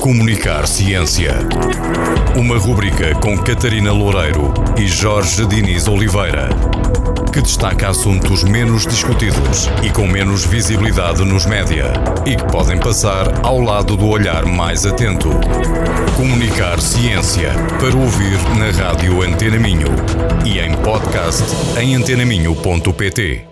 Comunicar Ciência. Uma rubrica com Catarina Loureiro e Jorge Diniz Oliveira, que destaca assuntos menos discutidos e com menos visibilidade nos média e que podem passar ao lado do olhar mais atento. Comunicar Ciência, para ouvir na rádio Antena Minho e em podcast em antenaminho.pt.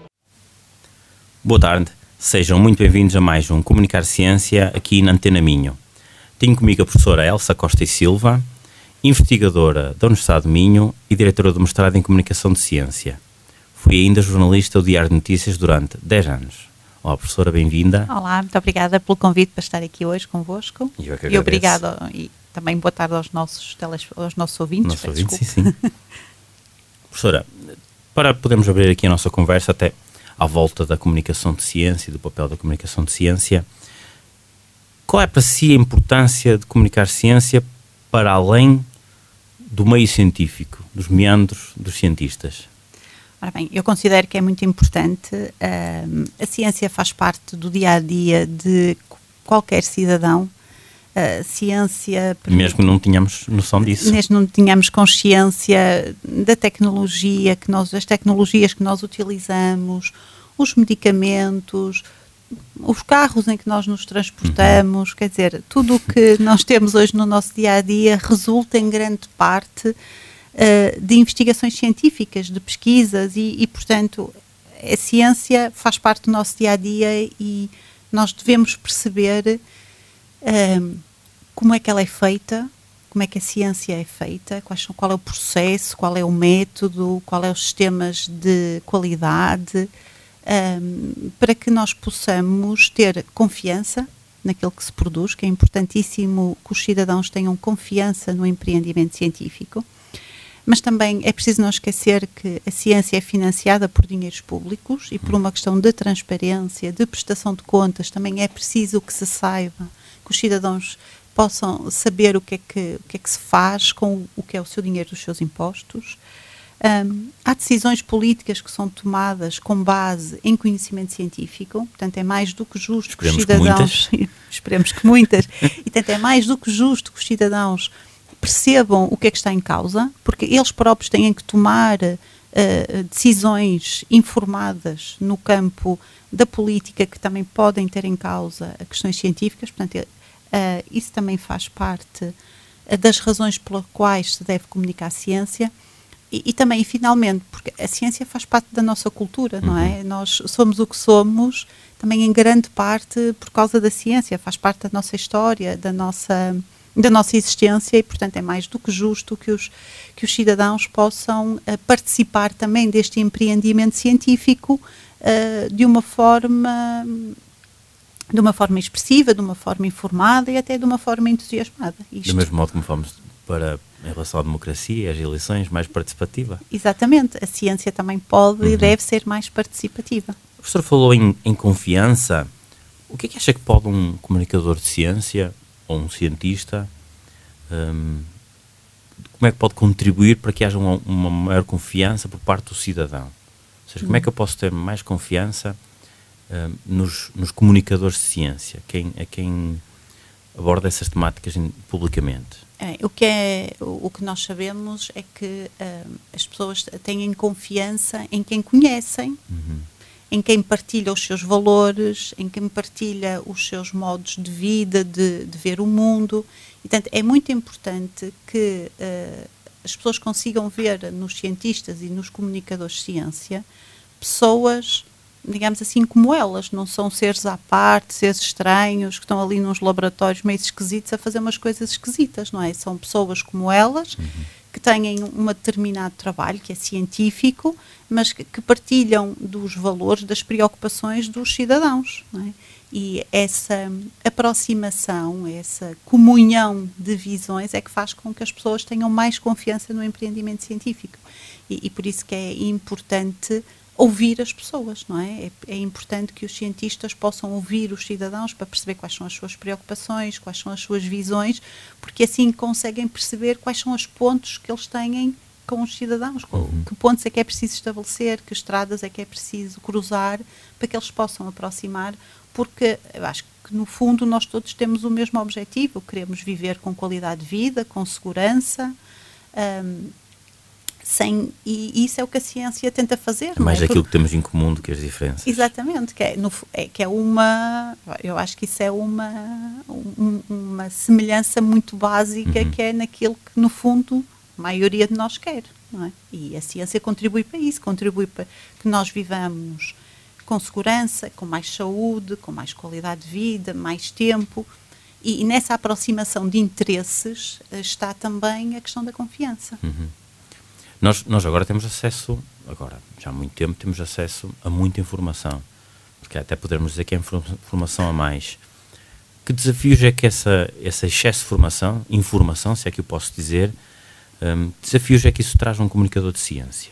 Boa tarde, sejam muito bem-vindos a mais um Comunicar Ciência aqui na Antena Minho. Tenho comigo a professora Elsa Costa e Silva, investigadora da Universidade de Minho e diretora do mestrado em Comunicação de Ciência. Fui ainda jornalista do Diário de Notícias durante 10 anos. Olá, professora, bem-vinda. Olá, muito obrigada pelo convite para estar aqui hoje convosco. Eu que agradeço. E obrigado, e também boa tarde aos nossos ouvintes. Sim. Professora, para podermos abrir aqui a nossa conversa até à volta da comunicação de ciência e do papel da comunicação de ciência, qual é para si a importância de comunicar ciência para além do meio científico, dos meandros dos cientistas? Ora bem, eu considero que é muito importante. A ciência faz parte do dia-a-dia de qualquer cidadão. A ciência... Mesmo que não tínhamos noção disso. Mesmo não tínhamos consciência da tecnologia, das tecnologias que nós utilizamos, os medicamentos, os carros em que nós nos transportamos, quer dizer, tudo o que nós temos hoje no nosso dia-a-dia resulta em grande parte de investigações científicas, de pesquisas e, portanto, a ciência faz parte do nosso dia-a-dia e nós devemos perceber como é que ela é feita, como é que a ciência é feita, qual é o processo, qual é o método, qual é os sistemas de qualidade, para que nós possamos ter confiança naquilo que se produz, que é importantíssimo que os cidadãos tenham confiança no empreendimento científico, mas também é preciso não esquecer que a ciência é financiada por dinheiros públicos e por uma questão de transparência, de prestação de contas, também é preciso que se saiba, que os cidadãos possam saber o que é que se faz com o que é o seu dinheiro dos seus impostos. Há decisões políticas que são tomadas com base em conhecimento científico, portanto é mais do que justo que os cidadãos... Esperemos que muitas. E portanto é mais do que justo que os cidadãos percebam o que é que está em causa, porque eles próprios têm que tomar decisões informadas no campo da política que também podem ter em causa questões científicas, portanto isso também faz parte das razões pelas quais se deve comunicar a ciência. E também, finalmente, porque a ciência faz parte da nossa cultura, não é? Nós somos o que somos, também em grande parte por causa da ciência, faz parte da nossa história, da nossa existência e, portanto, é mais do que justo que os cidadãos possam participar também deste empreendimento científico de uma forma expressiva, de uma forma informada e até de uma forma entusiasmada. Do mesmo modo como fomos em relação à democracia e às eleições, mais participativa. Exatamente, a ciência também pode e deve ser mais participativa. O professor falou em confiança. O que é que acha que pode um comunicador de ciência ou um cientista, como é que pode contribuir para que haja uma maior confiança por parte do cidadão? Ou seja, como é que eu posso ter mais confiança nos comunicadores de ciência, a quem aborda essas temáticas publicamente? O que nós sabemos é que as pessoas têm confiança em quem conhecem, em quem partilha os seus valores, em quem partilha os seus modos de vida, de ver o mundo. E, portanto, é muito importante que as pessoas consigam ver nos cientistas e nos comunicadores de ciência pessoas, digamos assim, como elas, não são seres à parte, seres estranhos, que estão ali nos laboratórios meio esquisitos a fazer umas coisas esquisitas, não é? São pessoas como elas, que têm um determinado trabalho, que é científico, mas que partilham dos valores, das preocupações dos cidadãos, não é? E essa aproximação, essa comunhão de visões é que faz com que as pessoas tenham mais confiança no empreendimento científico. E por isso que é importante ouvir as pessoas, não é? É importante que os cientistas possam ouvir os cidadãos para perceber quais são as suas preocupações, quais são as suas visões, porque assim conseguem perceber quais são os pontos que eles têm com os cidadãos, que pontos é que é preciso estabelecer, que estradas é que é preciso cruzar para que eles possam aproximar porque eu acho que no fundo nós todos temos o mesmo objetivo, queremos viver com qualidade de vida, com segurança, e isso é o que a ciência tenta fazer. É mais aquilo que temos em comum do que as diferenças. Exatamente, eu acho que isso é uma semelhança muito básica, que é naquilo que no fundo a maioria de nós quer, não é? E a ciência contribui para isso, contribui para que nós vivamos com segurança, com mais saúde, com mais qualidade de vida, mais tempo, e nessa aproximação de interesses está também a questão da confiança. Nós agora temos acesso, já há muito tempo, temos acesso a muita informação, porque até podemos dizer que é informação a mais. Que desafios é que esse excesso de informação, se é que eu posso dizer, desafios é que isso traz a um comunicador de ciência?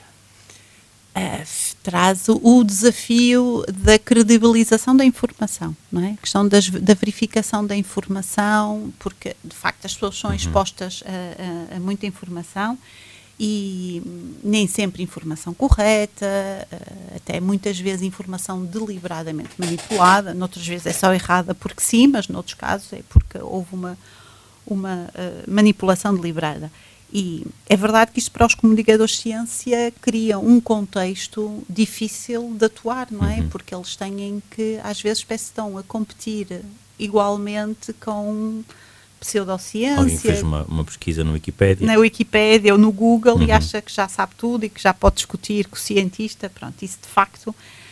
Traz o desafio da credibilização da informação, não é? A questão da verificação da informação, porque de facto as pessoas são expostas a muita informação, e nem sempre informação correta, até muitas vezes informação deliberadamente manipulada, noutras vezes é só errada porque sim, mas noutros casos é porque houve uma manipulação deliberada. E é verdade que isto para os comunicadores de ciência cria um contexto difícil de atuar, não é? Porque eles têm que, às vezes, estão a competir igualmente com pseudociência. Alguém fez uma pesquisa no Wikipédia. Na Wikipédia ou no Google e acha que já sabe tudo e que já pode discutir com o cientista. Pronto, isso de facto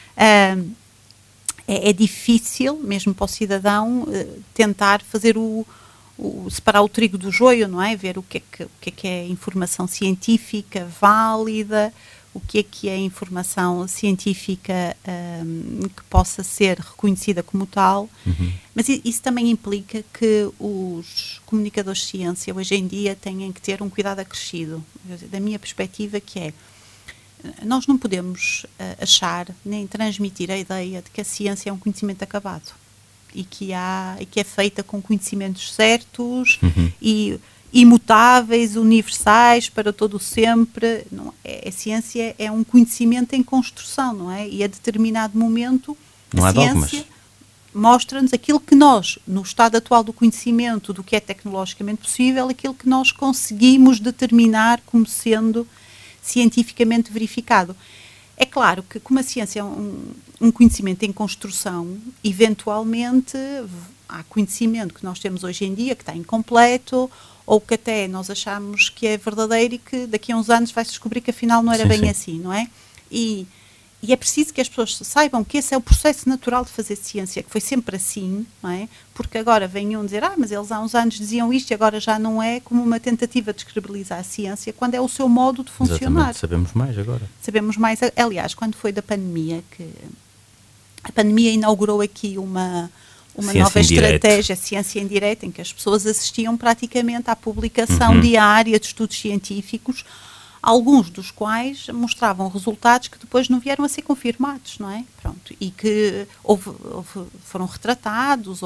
é difícil, mesmo para o cidadão, tentar fazer separar o trigo do joio, não é? Ver o que é informação científica válida, o que é informação científica que possa ser reconhecida como tal, mas isso também implica que os comunicadores de ciência hoje em dia têm que ter um cuidado acrescido, da minha perspectiva, que é, nós não podemos achar nem transmitir a ideia de que a ciência é um conhecimento acabado e que é feita com conhecimentos certos e imutáveis, universais, para todo o sempre. Não, a ciência é um conhecimento em construção, não é? E a determinado momento não a há ciência dogmas. Mostra-nos aquilo que nós, no estado atual do conhecimento, do que é tecnologicamente possível, aquilo que nós conseguimos determinar como sendo cientificamente verificado. É claro que, como a ciência é um conhecimento em construção, eventualmente há conhecimento que nós temos hoje em dia que está incompleto, ou que até nós achamos que é verdadeiro e que daqui a uns anos vai-se descobrir que afinal não era bem assim, não é? E é preciso que as pessoas saibam que esse é o processo natural de fazer ciência, que foi sempre assim, não é? Porque agora venham dizer, mas eles há uns anos diziam isto e agora já não é, como uma tentativa de descredibilizar a ciência, quando é o seu modo de funcionar. Exatamente, sabemos mais agora. Sabemos mais, aliás, quando foi da pandemia, que a pandemia inaugurou aqui uma nova estratégia, ciência em direto, em que as pessoas assistiam praticamente à publicação diária de estudos científicos, alguns dos quais mostravam resultados que depois não vieram a ser confirmados, não é? Pronto, e que foram retratados,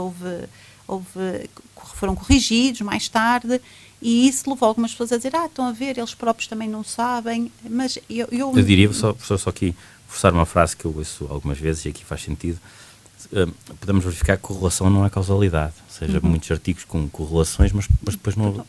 foram corrigidos mais tarde, e isso levou algumas pessoas a dizer, estão a ver, eles próprios também não sabem, mas eu diria, só aqui, forçar uma frase que eu ouço algumas vezes e aqui faz sentido. Podemos verificar que correlação não é causalidade, ou seja, muitos artigos com correlações, mas depois não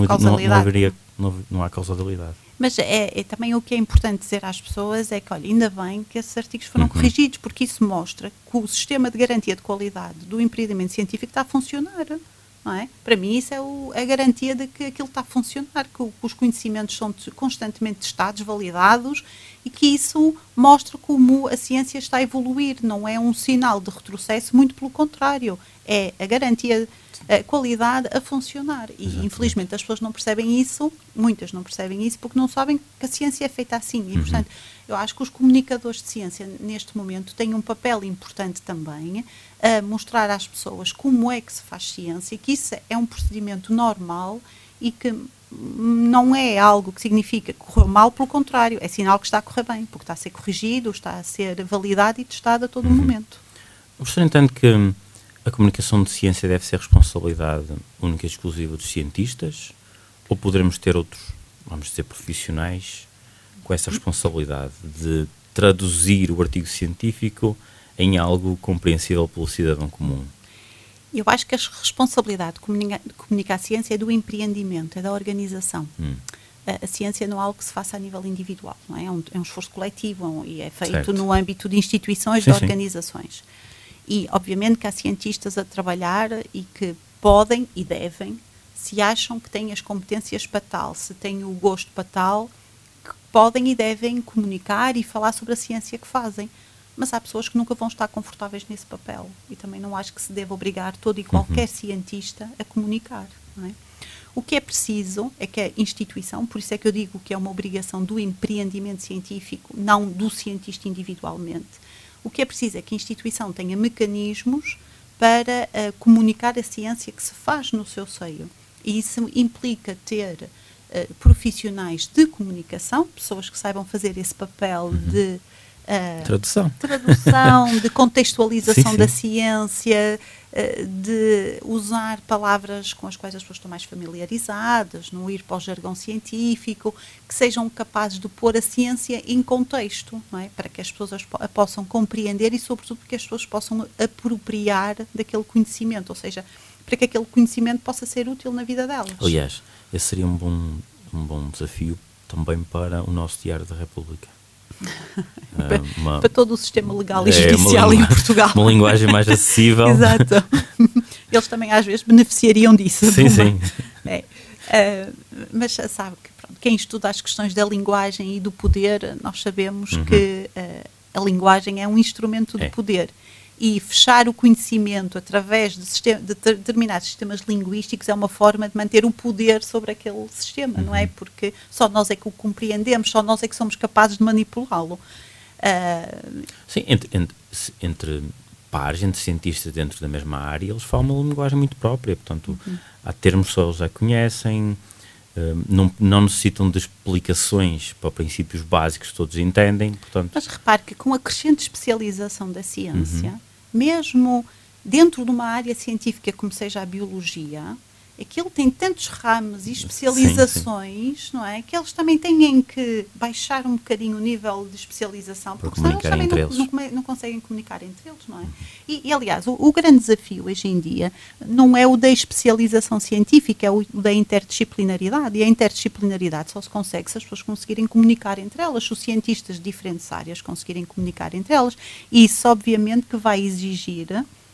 há causalidade. Mas também o que é importante dizer às pessoas é que, olha, ainda bem que esses artigos foram corrigidos, porque isso mostra que o sistema de garantia de qualidade do empreendimento científico está a funcionar, não é? Para mim isso é a garantia de que aquilo está a funcionar, que os conhecimentos são constantemente testados, validados, e que isso mostra como a ciência está a evoluir, não é um sinal de retrocesso, muito pelo contrário, é a garantia, a qualidade a funcionar. E Exatamente. Infelizmente as pessoas não percebem isso, muitas não percebem isso, porque não sabem que a ciência é feita assim. E, portanto, eu acho que os comunicadores de ciência, neste momento, têm um papel importante também a mostrar às pessoas como é que se faz ciência, e que isso é um procedimento normal e que não é algo que significa que correu mal, pelo contrário, é sinal que está a correr bem, porque está a ser corrigido, está a ser validado e testado a todo momento. Gostaria, entanto, que a comunicação de ciência deve ser responsabilidade única e exclusiva dos cientistas, ou poderemos ter outros, vamos dizer, profissionais com essa responsabilidade de traduzir o artigo científico em algo compreensível pelo cidadão comum? Eu acho que a responsabilidade de comunicar a ciência é do empreendimento, é da organização. A ciência não é algo que se faça a nível individual, não é? É um esforço coletivo e é feito Certo. no âmbito de instituições, Sim, de sim. organizações. E, obviamente, que há cientistas a trabalhar e que podem e devem, se acham que têm as competências para tal, se têm o gosto para tal, que podem e devem comunicar e falar sobre a ciência que fazem. Mas há pessoas que nunca vão estar confortáveis nesse papel. E também não acho que se deve obrigar todo e qualquer cientista a comunicar, não é? O que é preciso é que a instituição, por isso é que eu digo que é uma obrigação do empreendimento científico, não do cientista individualmente. O que é preciso é que a instituição tenha mecanismos para comunicar a ciência que se faz no seu seio. E isso implica ter profissionais de comunicação, pessoas que saibam fazer esse papel de Tradução, de contextualização Sim. da ciência, de usar palavras com as quais as pessoas estão mais familiarizadas, não ir para o jargão científico, que sejam capazes de pôr a ciência em contexto, não é? Para que as pessoas a possam compreender e, sobretudo, que as pessoas possam apropriar daquele conhecimento, ou seja, para que aquele conhecimento possa ser útil na vida delas. Aliás, esse seria um bom desafio também para o nosso Diário da República. Para todo o sistema legal e judicial em Portugal. Uma linguagem mais acessível. Exato. Eles também às vezes beneficiariam disso. Sim, sim. Mas sabe que quem estuda as questões da linguagem e do poder, nós sabemos que a linguagem é um instrumento de poder. E fechar o conhecimento através de determinados sistemas linguísticos é uma forma de manter o poder sobre aquele sistema, não é? Porque só nós é que o compreendemos, só nós é que somos capazes de manipulá-lo. Sim, entre pares, entre cientistas dentro da mesma área, eles falam uma linguagem muito própria, portanto, há termos que só eles já conhecem, não necessitam de explicações para princípios básicos que todos entendem, portanto... Mas repare que com a crescente especialização da ciência, mesmo dentro de uma área científica como seja a biologia, aquilo tem tantos ramos e especializações, não é? Que eles também têm que baixar um bocadinho o nível de especialização, porque senão eles também não conseguem comunicar entre eles, não é? E aliás, o grande desafio hoje em dia não é o da especialização científica, é o da interdisciplinaridade. E a interdisciplinaridade só se consegue se as pessoas conseguirem comunicar entre elas, se os cientistas de diferentes áreas conseguirem comunicar entre elas. E isso, obviamente, que vai exigir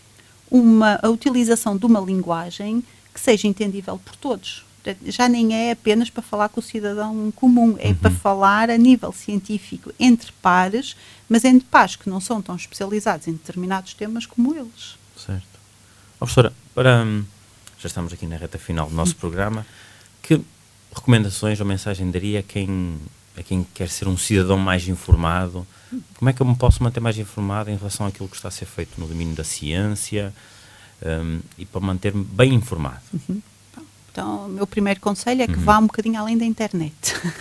a utilização de uma linguagem que seja entendível por todos. Já nem é apenas para falar com o cidadão comum, é para falar a nível científico, entre pares, mas entre pares que não são tão especializados em determinados temas como eles. Certo. Professora, já estamos aqui na reta final do nosso programa, que recomendações ou mensagem daria a quem quer ser um cidadão mais informado? Como é que eu me posso manter mais informado em relação àquilo que está a ser feito no domínio da ciência, e para manter-me bem informado? Então, o meu primeiro conselho é que vá um bocadinho além da internet.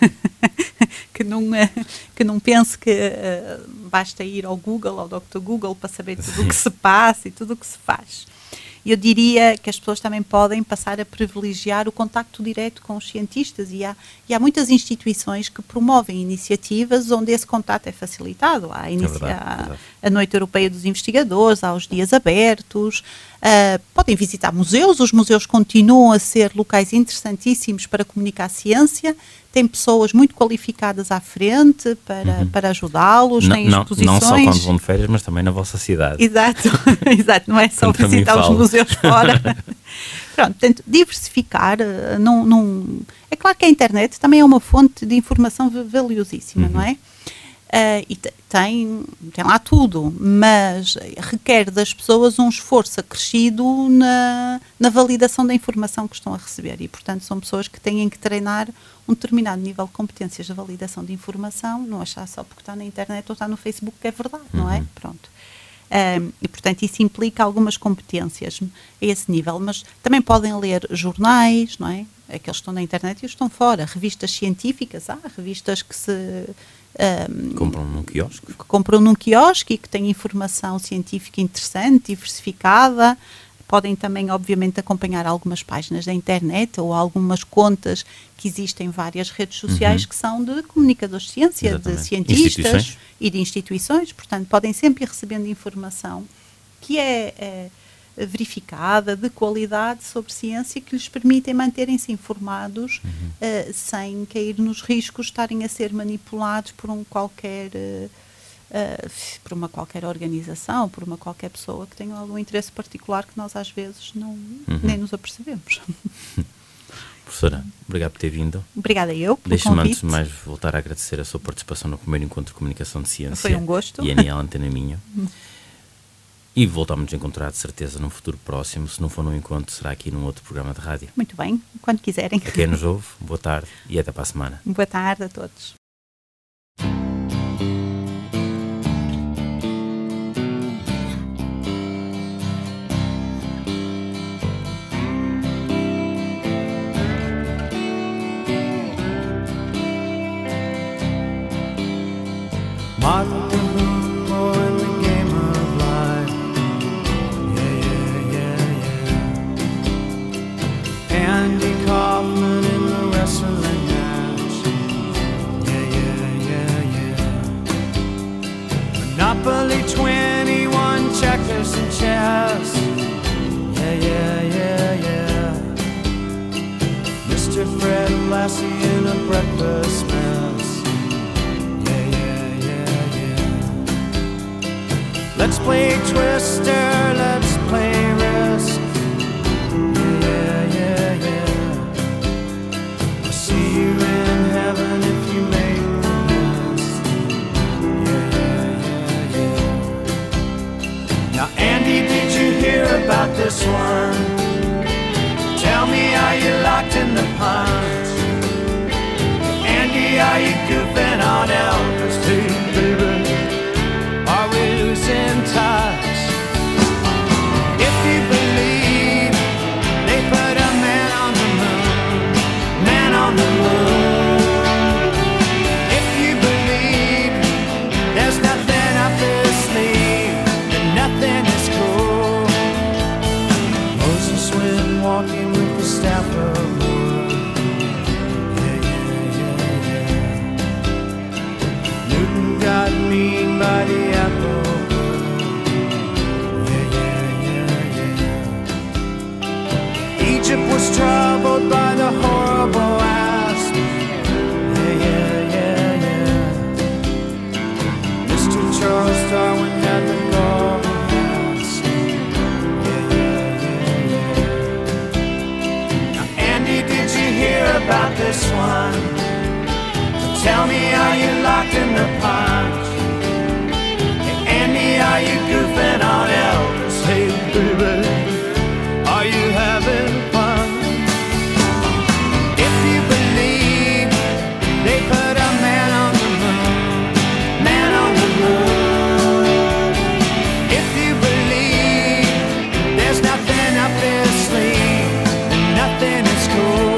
que não pense que basta ir ao Google, ao Dr. Google, para saber tudo o que se passa e tudo o que se faz. Eu diria que as pessoas também podem passar a privilegiar o contacto direto com os cientistas e há muitas instituições que promovem iniciativas onde esse contacto é facilitado. Há a Noite Europeia dos Investigadores, há os dias abertos, podem visitar museus, os museus continuam a ser locais interessantíssimos para comunicar a ciência, tem pessoas muito qualificadas à frente para ajudá-los, tem exposições. Não só quando vão de férias, mas também na vossa cidade. Exato, não é só visitar os museus fora. Pronto, portanto, diversificar, é claro que a internet também é uma fonte de informação valiosíssima, não é? E tem lá tudo, mas requer das pessoas um esforço acrescido na validação da informação que estão a receber e, portanto, são pessoas que têm que treinar um determinado nível de competências de validação de informação, não achar só porque está na internet ou está no Facebook que é verdade, não é? Pronto. E, portanto, isso implica algumas competências a esse nível, mas também podem ler jornais, não é? Aqueles que estão na internet e os que estão fora, revistas científicas, há revistas que se... compram num quiosque. Que compram num quiosque e que têm informação científica interessante, diversificada. Podem também, obviamente, acompanhar algumas páginas da internet ou algumas contas que existem em várias redes sociais que são de comunicadores de ciência, Exatamente. de cientistas Instituições. e de instituições. Portanto, podem sempre ir recebendo informação que é verificada, de qualidade, sobre ciência, que lhes permitem manterem-se informados sem cair nos riscos de estarem a ser manipulados por por uma qualquer organização, por uma qualquer pessoa que tenha algum interesse particular que nós às vezes nem nos apercebemos. Professora, obrigado por ter vindo. Obrigada eu pelo Deixe-me convite. antes de mais voltar a agradecer a sua participação no primeiro encontro de comunicação de ciência. Foi um gosto. E a Antena Minho. E voltamos a encontrar, de certeza, num futuro próximo. Se não for num encontro, será aqui num outro programa de rádio. Muito bem, quando quiserem. A quem nos ouve, boa tarde e até para a semana. Boa tarde a todos. Martha Moon in the game of life. Yeah. Andy Kaufman in the wrestling match. Yeah. Monopoly 21, checkers and chess. Yeah. Mr. Fred Lassie in a breakfast mess. Let's play Twister, let's play Risk. Yeah. I'll see you in heaven if you make the list. Yeah. Now, Andy, did you hear about this one? Tell me, are you locked in the punch? Andy, are you goofing on Elvis? Hey, baby, are we losing touch? If you believe they put a man on the moon, man on the moon. If you believe there's nothing up his sleeve, then nothing is cool. Moses went walking with the staff of wood. Yeah. Newton got mean by the apple. Yeah. Egypt was troubled by the horrible asp. Yeah. Mr. Charles Darwin had the golden mask. Yeah. Now, Andy, did you hear about this one? Tell me, are you locked in the punch? Hey, Andy, are you goofing on Elvis? Hey, baby, are you having fun? If you believe they put a man on the moon, man on the moon. If you believe there's nothing up their sleeve, and nothing is cool.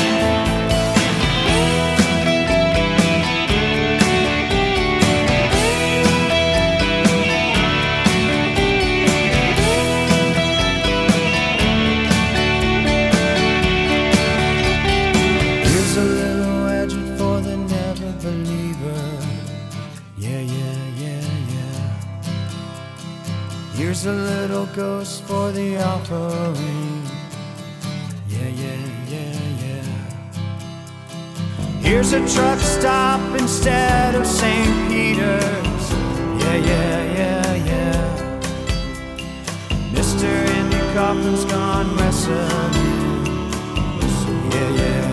Here's a little ghost for the offering. Yeah. Here's a truck stop instead of St. Peter's. Yeah. Mr. Andy Kaufman's gone wrestling. Yeah.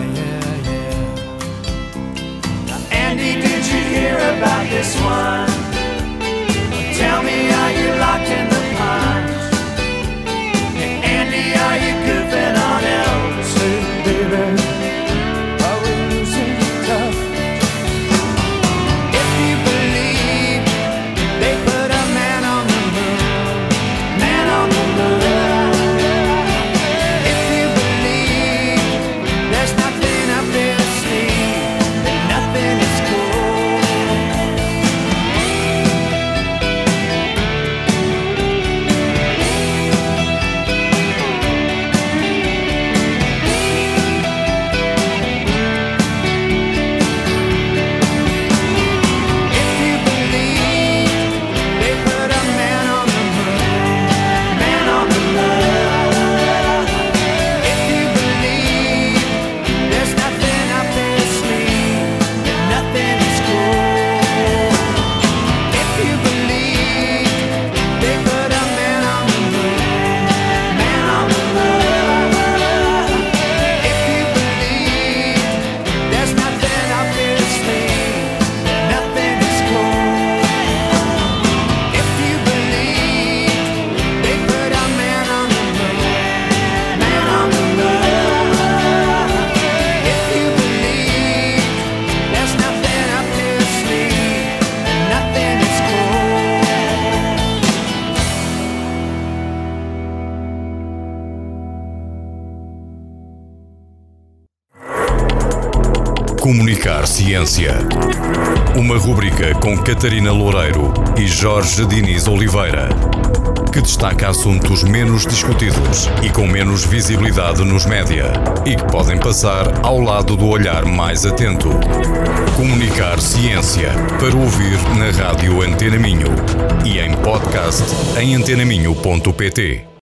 Now, Andy, did you hear about this one? Tell me, are you locked in the punch? Hey, Andy, are you goofing on Elvis? Hey, baby, are we losing touch? If you believe they put a man on the moon, man on the moon. If you Comunicar Ciência. Uma rubrica com Catarina Loureiro e Jorge Diniz Oliveira, que destaca assuntos menos discutidos e com menos visibilidade nos média e que podem passar ao lado do olhar mais atento. Comunicar Ciência, para ouvir na rádio Antena Minho e em podcast em antenaminho.pt.